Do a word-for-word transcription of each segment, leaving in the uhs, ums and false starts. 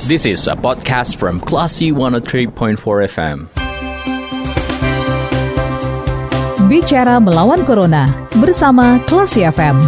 This is a podcast from Classy one oh three point four F M. Bicara melawan Corona bersama Classy F M.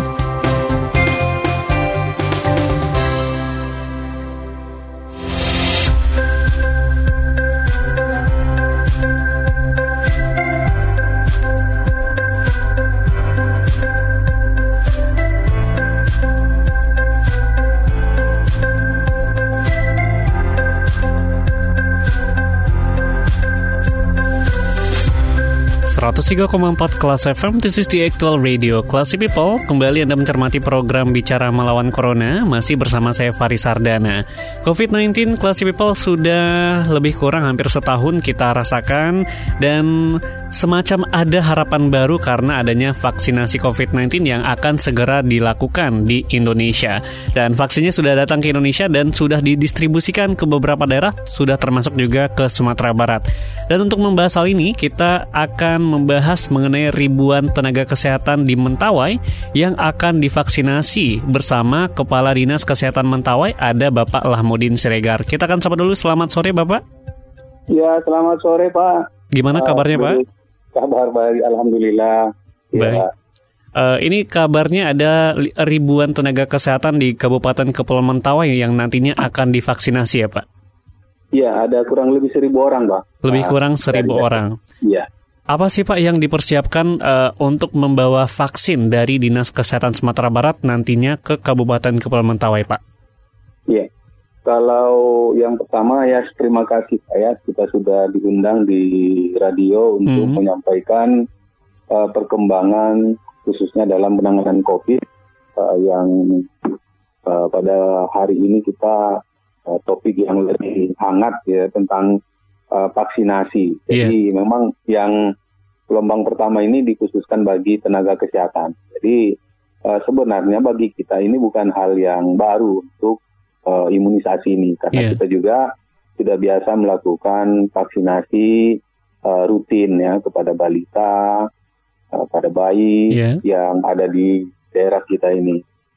seratus tiga koma empat Kelas F M, this is the actual radio. Classy People, kembali Anda mencermati program Bicara Melawan Corona, masih bersama saya Faris Sardana. covid sembilan belas Classy People sudah lebih kurang hampir setahun kita rasakan, dan semacam ada harapan baru karena adanya vaksinasi covid sembilan belas yang akan segera dilakukan di Indonesia. Dan vaksinnya sudah datang ke Indonesia dan sudah didistribusikan ke beberapa daerah, sudah termasuk juga ke Sumatera Barat. Dan untuk membahas hal ini, kita akan membahas mengenai ribuan tenaga kesehatan di Mentawai yang akan divaksinasi bersama Kepala Dinas Kesehatan Mentawai, ada Bapak Lahmudin Siregar. Kita akan sapa dulu. Selamat sore, Bapak. Ya, selamat sore, Pak. Gimana kabarnya, uh, Pak? Kabar baik, alhamdulillah. Baik. Ya. Uh, ini kabarnya ada ribuan tenaga kesehatan di Kabupaten Kepulauan Mentawai yang nantinya akan divaksinasi, ya, Pak? Iya, ada kurang lebih seribu orang, Pak. Lebih kurang seribu uh, orang. Iya. Apa sih, Pak, yang dipersiapkan uh, untuk membawa vaksin dari Dinas Kesehatan Sumatera Barat nantinya ke Kabupaten Kepulauan Mentawai, Pak? Iya. Kalau yang pertama ya, terima kasih saya, kita sudah diundang di radio untuk mm-hmm. menyampaikan uh, perkembangan khususnya dalam penanganan COVID uh, yang uh, pada hari ini kita uh, topik yang lebih hangat ya tentang uh, vaksinasi. Jadi yeah. memang yang gelombang pertama ini dikhususkan bagi tenaga kesehatan. Jadi uh, sebenarnya bagi kita ini bukan hal yang baru untuk uh, imunisasi ini, karena yeah. kita juga sudah biasa melakukan vaksinasi uh, rutin ya kepada balita, uh, pada bayi yeah. yang ada di daerah kita ini.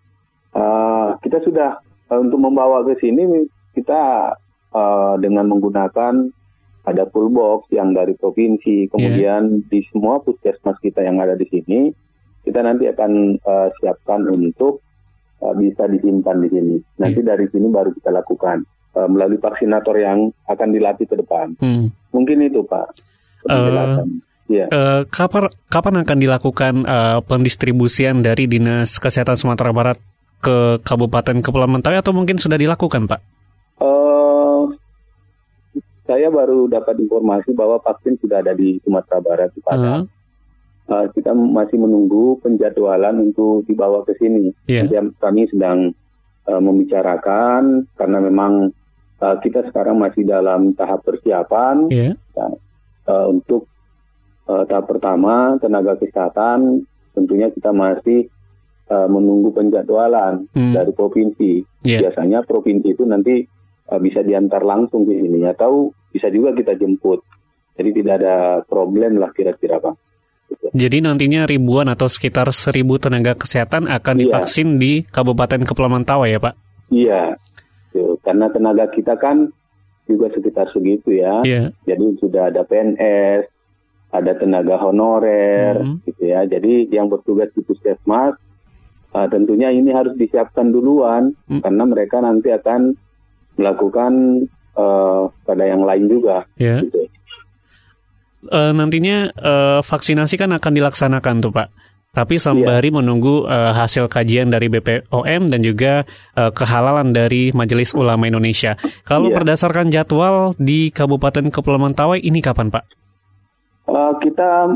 Uh, kita sudah uh, untuk membawa ke sini kita uh, dengan menggunakan ada full box yang dari provinsi, kemudian yeah. di semua puskesmas kita yang ada di sini, kita nanti akan uh, siapkan untuk uh, bisa disimpan di sini. Nanti yeah. dari sini baru kita lakukan uh, melalui vaksinator yang akan dilatih ke depan. Hmm. Mungkin itu, Pak. Uh, yeah. uh, kapan, kapan akan dilakukan uh, pendistribusian dari Dinas Kesehatan Sumatera Barat ke Kabupaten Kepulauan Mentawai, atau mungkin sudah dilakukan, Pak? Uh, Saya baru dapat informasi bahwa vaksin sudah ada di Sumatera Barat di Padang. Uh-huh. Uh, kita masih menunggu penjadwalan untuk dibawa ke sini. Yeah. Kami sedang uh, membicarakan karena memang uh, kita sekarang masih dalam tahap persiapan. Yeah. Nah, uh, untuk uh, tahap pertama tenaga kesehatan tentunya kita masih uh, menunggu penjadwalan hmm. dari provinsi. Yeah. Biasanya provinsi itu nanti bisa diantar langsung ke sini, atau bisa juga kita jemput. Jadi tidak ada problem lah kira-kira, Pak. Gitu. Jadi nantinya ribuan atau sekitar seribu tenaga kesehatan akan iya. divaksin di Kabupaten Kepulauan Mentawai ya, Pak? Iya, Tuh, karena tenaga kita kan juga sekitar segitu ya. Iya. Jadi sudah ada P N S, ada tenaga honorer, mm-hmm. gitu ya. Jadi yang bertugas di puskesmas, uh, tentunya ini harus disiapkan duluan, mm. karena mereka nanti akan melakukan uh, pada yang lain juga. Yeah. Gitu. Uh, nantinya uh, vaksinasi kan akan dilaksanakan tuh, Pak. Tapi sembari yeah. menunggu uh, hasil kajian dari B P O M dan juga uh, kehalalan dari Majelis Ulama Indonesia. Kalau yeah. berdasarkan jadwal di Kabupaten Kepulauan Mentawai ini kapan, Pak? Uh, kita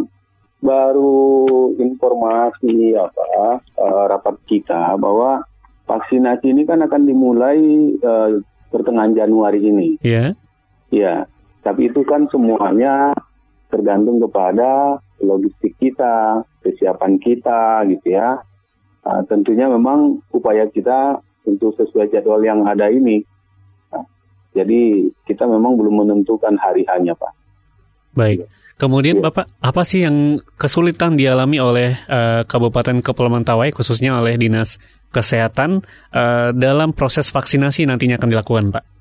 baru informasi apa uh, rapat kita bahwa vaksinasi ini kan akan dimulai uh, pertengahan Januari ini. Iya. Yeah. Iya. Tapi itu kan semuanya tergantung kepada logistik kita, kesiapan kita, gitu ya. Nah, tentunya memang upaya kita untuk sesuai jadwal yang ada ini. Nah, jadi kita memang belum menentukan hari hanya, Pak. Baik. Kemudian ya. Bapak, apa sih yang kesulitan dialami oleh uh, Kabupaten Kepulauan Mentawai, khususnya oleh Dinas Kesehatan uh, dalam proses vaksinasi nantinya akan dilakukan, Pak?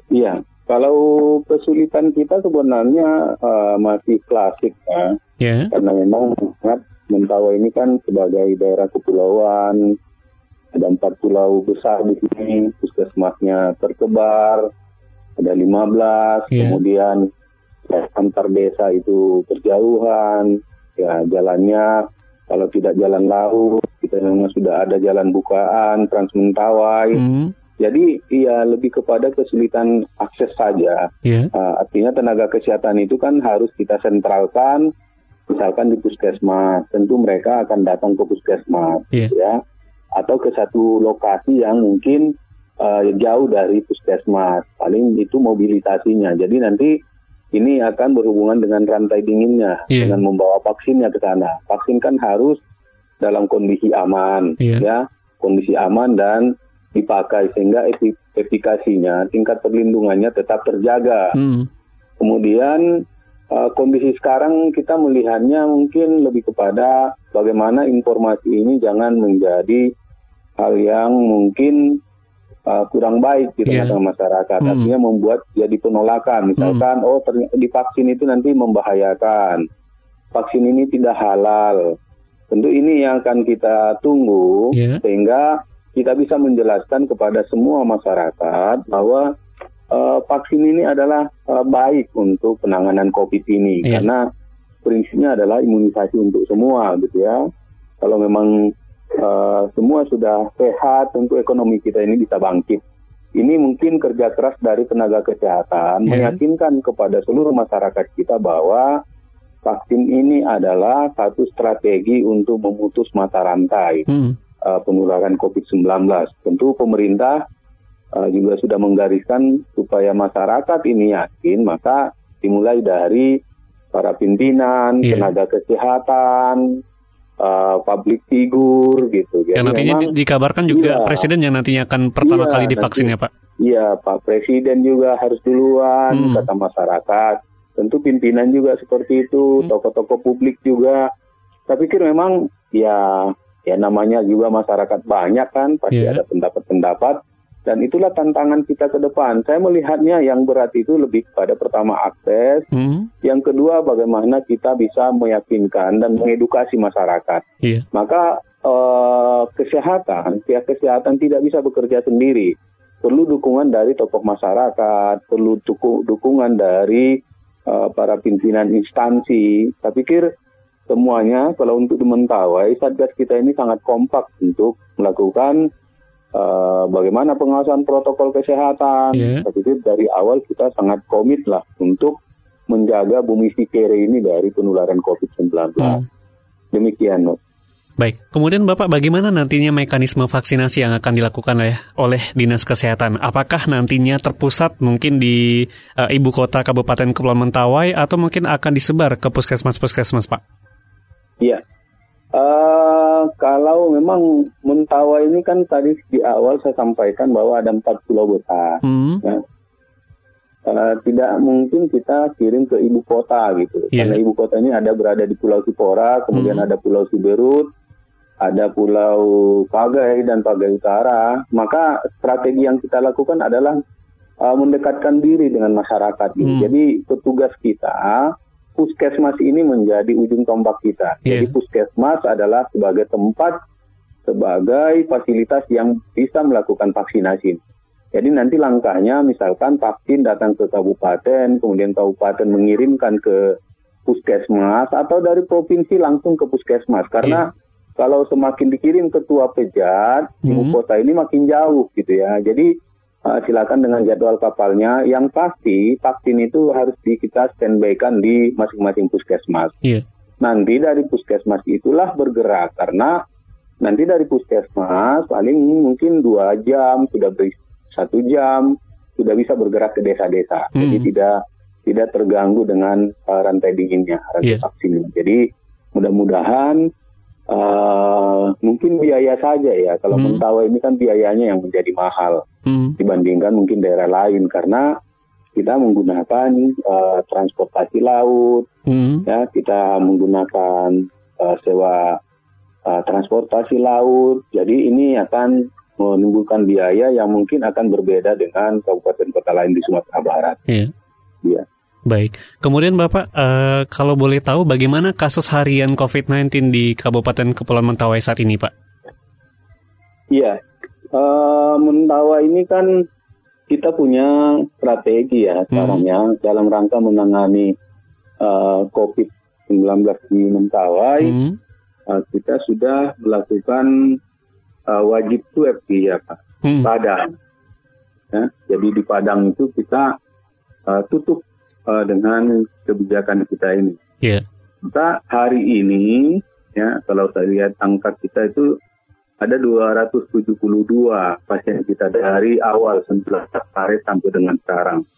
Iya, kalau kesulitan kita sebenarnya uh, masih klasik ya, yeah. karena memang Mentawai ini kan sebagai daerah kepulauan, ada empat pulau besar di sini, puskesmasnya tersebar, ada lima belas, yeah. kemudian antar desa itu berjauhan, ya jalannya kalau tidak jalan laut, kita memang sudah ada jalan bukaan, Trans Mentawai. Mm. Jadi ya lebih kepada kesulitan akses saja. Yeah. Uh, artinya tenaga kesehatan itu kan harus kita sentralkan, misalkan di puskesmas. Tentu mereka akan datang ke puskesmas, yeah. ya, atau ke satu lokasi yang mungkin uh, jauh dari puskesmas. Paling itu mobilisasinya. Jadi nanti ini akan berhubungan dengan rantai dinginnya, yeah. dengan membawa vaksinnya ke sana. Vaksin kan harus dalam kondisi aman, yeah. ya, kondisi aman dan dipakai sehingga efikasinya, tingkat perlindungannya tetap terjaga. Hmm. Kemudian uh, kondisi sekarang kita melihatnya mungkin lebih kepada bagaimana informasi ini jangan menjadi hal yang mungkin uh, kurang baik di tengah-tengah yeah. masyarakat. Hmm. Artinya membuat jadi penolakan. Misalkan, hmm. oh ternyata di vaksin itu nanti membahayakan. Vaksin ini tidak halal. Tentu ini yang akan kita tunggu yeah. sehingga kita bisa menjelaskan kepada semua masyarakat bahwa uh, vaksin ini adalah uh, baik untuk penanganan COVID ini. Yeah. Karena prinsipnya adalah imunisasi untuk semua, gitu ya. Kalau memang uh, semua sudah sehat, tentu ekonomi kita ini bisa bangkit. Ini mungkin kerja keras dari tenaga kesehatan, yeah. meyakinkan kepada seluruh masyarakat kita bahwa vaksin ini adalah satu strategi untuk memutus mata rantai. Hmm. Uh, penularan covid sembilan belas. Tentu pemerintah uh, juga sudah menggariskan supaya masyarakat ini yakin, maka dimulai dari para pimpinan, yeah. tenaga kesehatan, uh, public figure gitu. Jadi yang nantinya memang, dikabarkan juga iya, Presiden yang nantinya akan pertama iya, kali divaksin nanti, ya Pak? Iya, Pak Presiden juga harus duluan, hmm. kata masyarakat. Tentu pimpinan juga seperti itu, hmm. tokoh-tokoh publik juga. Saya pikir memang ya... Ya namanya juga masyarakat banyak kan, pasti yeah. ada pendapat-pendapat. Dan itulah tantangan kita ke depan. Saya melihatnya yang berat itu lebih pada pertama akses. Mm. Yang kedua bagaimana kita bisa meyakinkan dan mengedukasi masyarakat. Yeah. Maka eh, kesehatan, pihak kesehatan tidak bisa bekerja sendiri. Perlu dukungan dari tokoh masyarakat, perlu duku, dukungan dari eh, para pimpinan instansi. Saya pikir semuanya, kalau untuk di Mentawai, Satgas kita ini sangat kompak untuk melakukan uh, bagaimana pengawasan protokol kesehatan. Yeah. Tapi dari awal kita sangat komit lah untuk menjaga bumi Sikere ini dari penularan covid sembilan belas. Hmm. Demikian, Nuk. Baik, kemudian Bapak bagaimana nantinya mekanisme vaksinasi yang akan dilakukan oleh, oleh Dinas Kesehatan? Apakah nantinya terpusat mungkin di uh, ibu kota Kabupaten Kepulauan Mentawai atau mungkin akan disebar ke puskesmas-puskesmas, Pak? Iya, uh, kalau memang Mentawai ini kan tadi di awal saya sampaikan bahwa ada empat pulau besar. Hmm. Ya. Uh, tidak mungkin kita kirim ke ibu kota gitu, yeah. karena ibu kota ini ada berada di Pulau Sipora, kemudian hmm. ada Pulau Siberut, ada Pulau Pagai dan Pagai Utara. Maka strategi yang kita lakukan adalah uh, mendekatkan diri dengan masyarakat. Gitu. Hmm. Jadi petugas kita, puskesmas ini menjadi ujung tombak kita. Yeah. Jadi puskesmas adalah sebagai tempat, sebagai fasilitas yang bisa melakukan vaksinasi. Jadi nanti langkahnya misalkan vaksin datang ke kabupaten, kemudian kabupaten mengirimkan ke puskesmas, atau dari provinsi langsung ke puskesmas. Karena yeah. kalau semakin dikirim ketua pejat, mm-hmm. ibu kota ini makin jauh gitu ya. Jadi Uh, silakan dengan jadwal kapalnya. Yang pasti vaksin itu harus di, kita standby-kan di masing-masing puskesmas. Yeah. Nanti dari puskesmas itulah bergerak, karena nanti dari puskesmas paling mungkin dua jam sudah beri satu jam sudah bisa bergerak ke desa-desa. Mm. Jadi tidak tidak terganggu dengan uh, rantai dinginnya, rantai yeah. vaksin. Jadi mudah-mudahan Uh, mungkin biaya saja ya. Kalau hmm. Mentawai ini kan biayanya yang menjadi mahal hmm. dibandingkan mungkin daerah lain, karena kita menggunakan uh, transportasi laut, hmm. ya kita menggunakan uh, sewa uh, transportasi laut. Jadi ini akan menimbulkan biaya yang mungkin akan berbeda dengan kabupaten kota lain di Sumatera Barat. Iya. Iya. Baik. Kemudian Bapak, uh, kalau boleh tahu bagaimana kasus harian covid sembilan belas di Kabupaten Kepulauan Mentawai saat ini, Pak? Iya. Uh, Mentawai ini kan kita punya strategi ya sekarang hmm. ya dalam rangka menangani uh, covid sembilan belas di Mentawai. Hmm. Uh, kita sudah melakukan uh, wajib swab di ya, Pak. Hmm. Padang. Ya, jadi di Padang itu kita uh, tutup Uh, dengan kebijakan kita ini. Yeah. Maka hari ini, ya kalau saya lihat angka kita itu ada dua ratus tujuh puluh dua pasien kita dari awal sembilan belas Maret sampai dengan sekarang.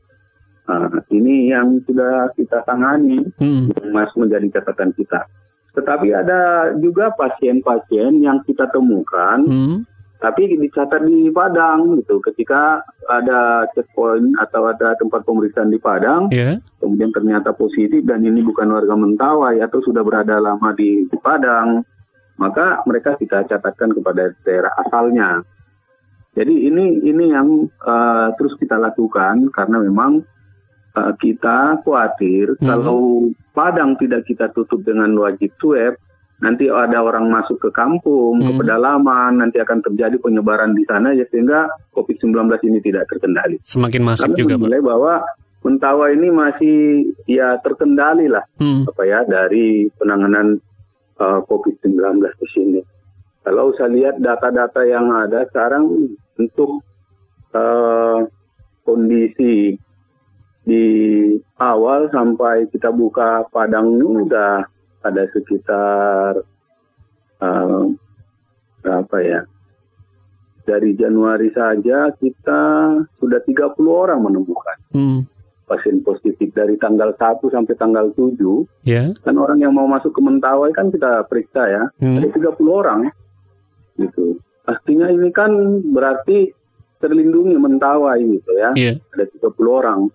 Uh, ini yang sudah kita tangani, hmm. yang masuk menjadi catatan kita. Tetapi ada juga pasien-pasien yang kita temukan, hmm. tapi dicatat di Padang gitu. Ketika ada checkpoint atau ada tempat pemeriksaan di Padang, yeah. kemudian ternyata positif dan ini bukan warga Mentawai atau sudah berada lama di, di Padang, maka mereka kita catatkan kepada daerah asalnya. Jadi ini ini yang uh, terus kita lakukan karena memang uh, kita khawatir mm-hmm. kalau Padang tidak kita tutup dengan wajib swab, nanti ada orang masuk ke kampung, hmm. ke pedalaman, nanti akan terjadi penyebaran di sana ya sehingga covid sembilan belas ini tidak terkendali. Semakin masif juga, Pak. Bahwa Mentawai ini masih ya terkendali lah hmm. apa ya dari penanganan uh, covid sembilan belas di sini. Kalau saya lihat data-data yang ada sekarang untuk uh, kondisi di awal sampai kita buka Padang ini udah ada sekitar uh, berapa ya? Dari Januari saja kita sudah tiga puluh orang menemukan hmm. pasien positif dari tanggal satu sampai tanggal tujuh. Yeah. Kan orang yang mau masuk ke Mentawai kan kita periksa ya. Hmm. Ada tiga puluh orang. Gitu. Pastinya ini kan berarti terlindungi Mentawai gitu ya. Yeah. Ada tiga puluh orang.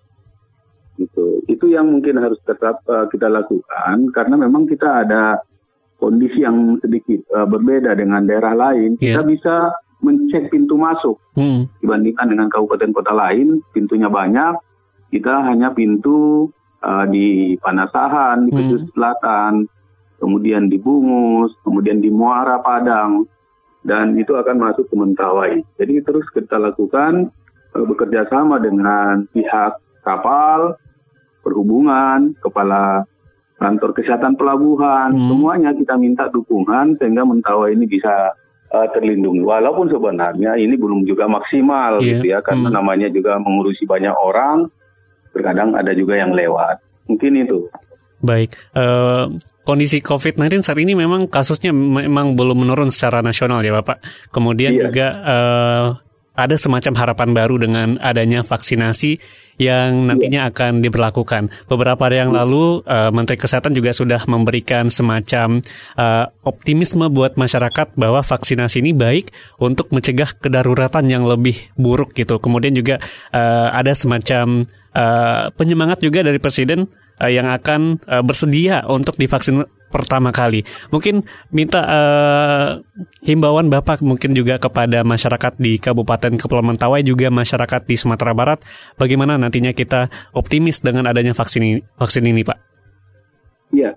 Gitu. Itu yang mungkin harus tetap uh, kita lakukan karena memang kita ada kondisi yang sedikit uh, berbeda dengan daerah lain. Yeah. Kita bisa mencek pintu masuk hmm. dibandingkan dengan kabupaten kota lain, pintunya banyak. Kita hanya pintu uh, di Panasahan, di Pesisir hmm. Selatan, kemudian di Bungus, kemudian di Muara Padang, dan itu akan masuk ke Mentawai. Jadi terus kita lakukan uh, bekerja sama dengan pihak kapal, perhubungan, kepala kantor kesehatan pelabuhan, hmm. semuanya kita minta dukungan sehingga Mentawai ini bisa uh, terlindungi. Walaupun sebenarnya ini belum juga maksimal, yeah. gitu ya, karena hmm. namanya juga mengurusi banyak orang, terkadang ada juga yang lewat. Mungkin itu. Baik, uh, kondisi covid sembilan belas saat ini memang kasusnya memang belum menurun secara nasional ya Bapak. Kemudian yeah. juga uh, ada semacam harapan baru dengan adanya vaksinasi yang nantinya akan diberlakukan. Beberapa hari yang lalu, uh, Menteri Kesehatan juga sudah memberikan semacam uh, optimisme buat masyarakat bahwa vaksinasi ini baik untuk mencegah kedaruratan yang lebih buruk gitu. Kemudian juga uh, ada semacam uh, penyemangat juga dari Presiden uh, yang akan uh, bersedia untuk divaksin pertama kali. Mungkin minta uh, himbauan Bapak mungkin juga kepada masyarakat di Kabupaten Kepulauan Mentawai juga masyarakat di Sumatera Barat, bagaimana nantinya kita optimis dengan adanya vaksin ini, vaksin ini Pak? Iya,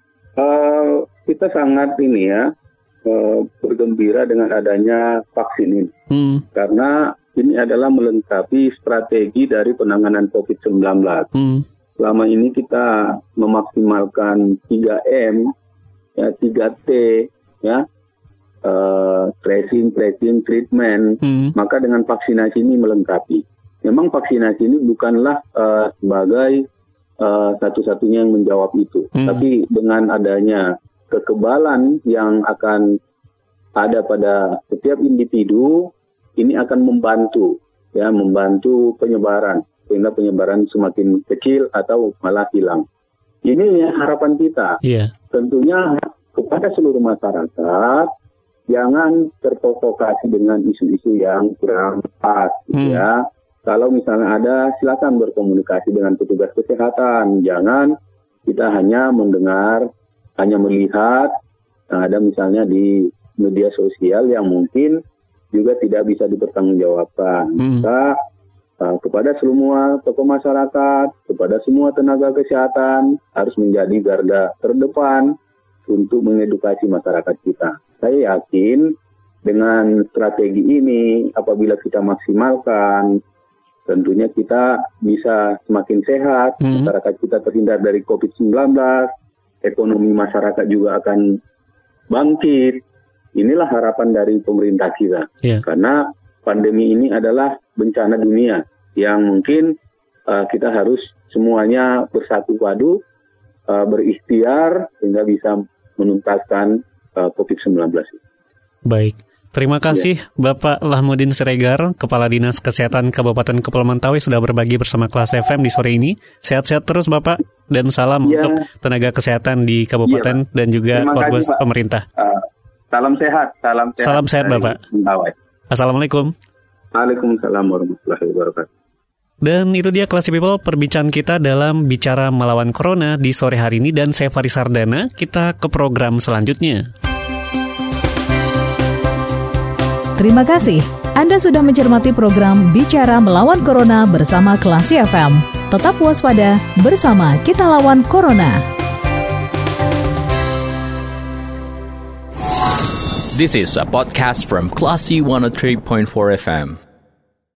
uh, kita sangat ini ya uh, bergembira dengan adanya vaksin ini, hmm. karena ini adalah melengkapi strategi dari penanganan covid sembilan belas. Hmm. Selama ini kita memaksimalkan tiga M, ya tiga T, ya uh, tracing, tracing, treatment. Hmm. Maka dengan vaksinasi ini melengkapi. Memang vaksinasi ini bukanlah uh, sebagai uh, satu-satunya yang menjawab itu, hmm. tapi dengan adanya kekebalan yang akan ada pada setiap individu, ini akan membantu, ya membantu penyebaran. Sehingga penyebaran semakin kecil atau malah hilang. Ini ya harapan kita. Yeah. Tentunya kepada seluruh masyarakat, jangan terprovokasi dengan isu-isu yang kurang pas. Hmm. Ya. Kalau misalnya ada, silakan berkomunikasi dengan petugas kesehatan. Jangan kita hanya mendengar, hanya melihat, nah ada misalnya di media sosial yang mungkin juga tidak bisa dipertanggungjawabkan. Hmm. Maka uh, kepada semua tokoh masyarakat, kepada semua tenaga kesehatan harus menjadi garda terdepan untuk mengedukasi masyarakat kita. Saya yakin dengan strategi ini, apabila kita maksimalkan, tentunya kita bisa semakin sehat, hmm. masyarakat kita terhindar dari covid sembilan belas, ekonomi masyarakat juga akan bangkit. Inilah harapan dari pemerintah kita. Yeah. Karena pandemi ini adalah bencana dunia yang mungkin uh, kita harus semuanya bersatu padu, uh, berikhtiar sehingga bisa menuntaskan uh, covid sembilan belas. Baik. Terima kasih ya. Bapak Lahmudin Siregar, Kepala Dinas Kesehatan Kabupaten Kepulauan Mentawai sudah berbagi bersama Kelas F M di sore ini. Sehat-sehat terus Bapak dan salam ya. Untuk tenaga kesehatan di Kabupaten ya, dan juga korban pemerintah. Uh, salam sehat, salam sehat. Salam sehat Bapak. Mentawai. Assalamualaikum. Waalaikumsalam warahmatullahi wabarakatuh. Dan itu dia Classy People, perbincangan kita dalam Bicara Melawan Corona di sore hari ini. Dan saya Faris Sardana, kita ke program selanjutnya. Terima kasih. Anda sudah mencermati program Bicara Melawan Corona bersama Classy F M. Tetap waspada, bersama kita lawan Corona. This is a podcast from Classy one oh three point four F M.